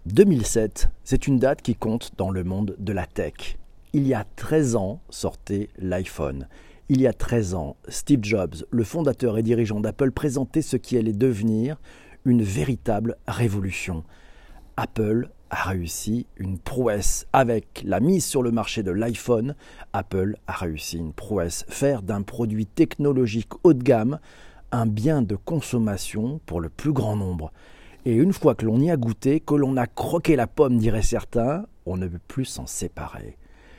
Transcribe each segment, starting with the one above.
2007, c'est une date qui compte dans le monde de la tech. Il y a 13 ans sortait l'iPhone. Il y a 13 ans, Steve Jobs, le fondateur et dirigeant d'Apple, présentait ce qui allait devenir une véritable révolution. Apple a réussi une prouesse. Avec la mise sur le marché de l'iPhone, Apple a réussi une prouesse. Faire d'un produit technologique haut de gamme un bien de consommation pour le plus grand nombre. Et une fois que l'on y a goûté, que l'on a croqué la pomme, diraient certains, on ne veut plus s'en séparer.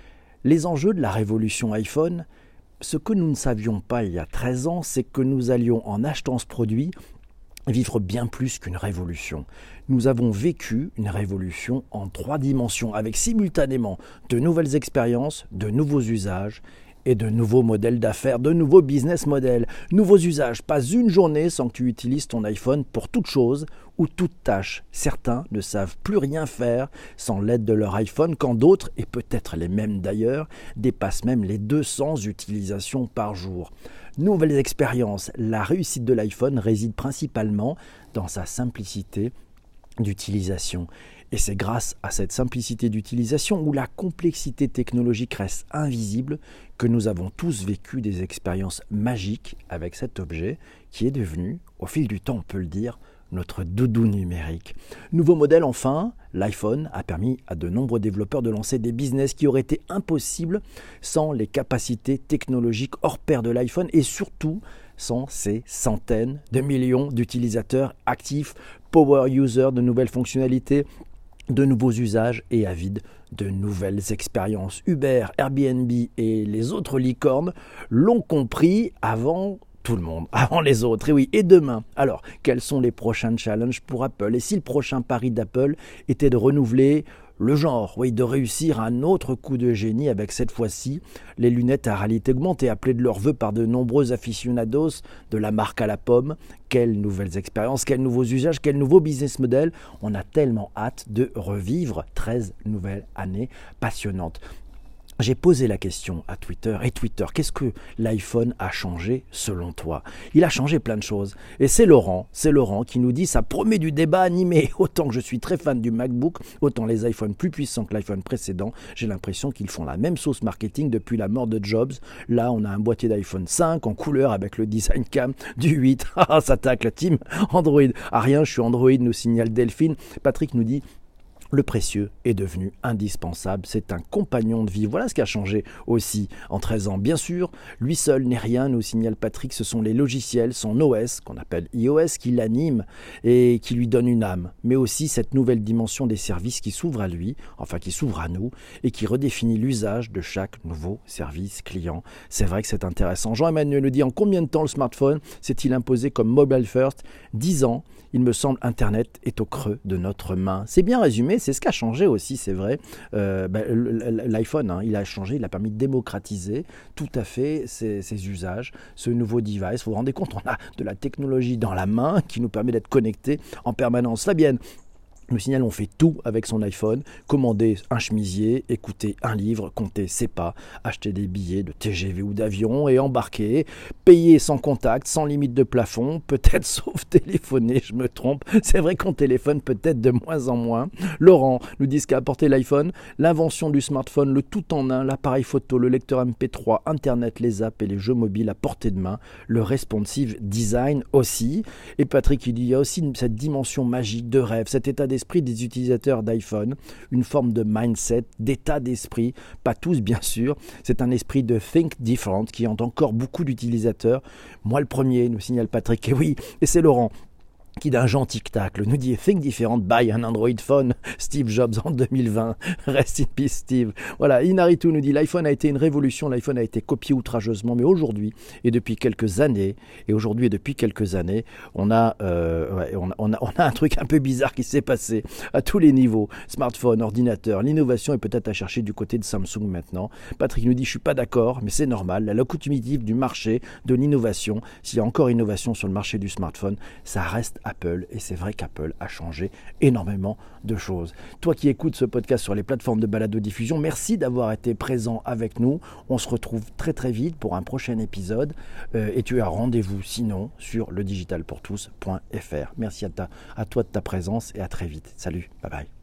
Les enjeux de la révolution iPhone, ce que nous ne savions pas il y a 13 ans, c'est que nous allions, en achetant ce produit, vivre bien plus qu'une révolution. Nous avons vécu une révolution en 3 dimensions, avec simultanément de nouvelles expériences, de nouveaux usages et de nouveaux modèles d'affaires, de nouveaux business models, nouveaux usages. Pas une journée sans que tu utilises ton iPhone pour toute chose ou toute tâche. Certains ne savent plus rien faire sans l'aide de leur iPhone, quand d'autres, et peut-être les mêmes d'ailleurs, dépassent même les 200 utilisations par jour. Nouvelles expériences. La réussite de l'iPhone réside principalement dans sa simplicité d'utilisation. Et c'est grâce à cette simplicité d'utilisation où la complexité technologique reste invisible que nous avons tous vécu des expériences magiques avec cet objet qui est devenu, au fil du temps on peut le dire, notre doudou numérique. Nouveau modèle enfin, l'iPhone a permis à de nombreux développeurs de lancer des business qui auraient été impossibles sans les capacités technologiques hors pair de l'iPhone et surtout sans ces centaines de millions d'utilisateurs actifs, power users de nouvelles fonctionnalités, de nouveaux usages et avides de nouvelles expériences. Uber, Airbnb et les autres licornes l'ont compris avant tout le monde, avant les autres. Et oui, et demain, alors, quels sont les prochains challenges pour Apple? Et si le prochain pari d'Apple était de renouveler le genre, oui, de réussir un autre coup de génie avec cette fois-ci les lunettes à réalité augmentée, appelées de leur vœu par de nombreux aficionados de la marque à la pomme. Quelles nouvelles expériences, quels nouveaux usages, quels nouveaux business models. On a tellement hâte de revivre 13 nouvelles années passionnantes. J'ai posé la question à Twitter. Et Twitter, qu'est-ce que l'iPhone a changé selon toi? Il a changé plein de choses. Et c'est Laurent qui nous dit, ça promet du débat animé. Autant que je suis très fan du MacBook, autant les iPhones plus puissants que l'iPhone précédent, j'ai l'impression qu'ils font la même sauce marketing depuis la mort de Jobs. Là, on a un boîtier d'iPhone 5 en couleur avec le design cam du 8. Ah, ça tacle, team Android. Ah rien, je suis Android, nous signale Delphine. Patrick nous dit, le précieux est devenu indispensable, c'est un compagnon de vie. Voilà ce qui a changé aussi en 13 ans. Bien sûr, lui seul n'est rien, nous signale Patrick, ce sont les logiciels, son OS, qu'on appelle iOS, qui l'anime et qui lui donne une âme. Mais aussi cette nouvelle dimension des services qui s'ouvre à lui, enfin qui s'ouvre à nous, et qui redéfinit l'usage de chaque nouveau service client. C'est vrai que c'est intéressant. Jean-Emmanuel nous dit, en combien de temps le smartphone s'est-il imposé comme mobile first? 10 ans, il me semble, Internet est au creux de notre main. C'est bien résumé. C'est ce qui a changé aussi, c'est vrai. L'iPhone, il a changé, il a permis de démocratiser tout à fait ses usages, ce nouveau device. Vous vous rendez compte, on a de la technologie dans la main qui nous permet d'être connectés en permanence. Fabienne nous signale, on fait tout avec son iPhone, commander un chemisier, écouter un livre, compter ses pas, acheter des billets de TGV ou d'avion et embarquer, payer sans contact, sans limite de plafond, peut-être sauf téléphoner, je me trompe, c'est vrai qu'on téléphone peut-être de moins en moins. Laurent nous dit ce qu'a apporté l'iPhone, l'invention du smartphone, le tout en un, l'appareil photo, le lecteur MP3, Internet, les apps et les jeux mobiles à portée de main, le responsive design aussi. Et Patrick, il y a aussi cette dimension magique de rêve, cet état d'esprit des utilisateurs d'iPhone, une forme de mindset, d'état d'esprit, pas tous bien sûr, c'est un esprit de think different qui hante encore beaucoup d'utilisateurs. Moi le premier, nous signale Patrick, et oui, et c'est Laurent qui d'un gentil tacle nous dit Think Different buy un Android phone, Steve Jobs en 2020. Rest in peace Steve. Voilà, Inaritu nous dit l'iPhone a été une révolution, l'iPhone a été copié outrageusement, mais aujourd'hui et depuis quelques années, on a un truc un peu bizarre qui s'est passé à tous les niveaux. Smartphone, ordinateur, l'innovation est peut-être à chercher du côté de Samsung maintenant. Patrick nous dit je suis pas d'accord, mais c'est normal, la locomotive du marché de l'innovation, s'il y a encore innovation sur le marché du smartphone, ça reste Apple, et c'est vrai qu'Apple a changé énormément de choses. Toi qui écoutes ce podcast sur les plateformes de balado-diffusion, merci d'avoir été présent avec nous. On se retrouve très très vite pour un prochain épisode et tu as rendez-vous sinon sur ledigitalpourtous.fr. Merci à toi de ta présence et à très vite. Salut, bye bye.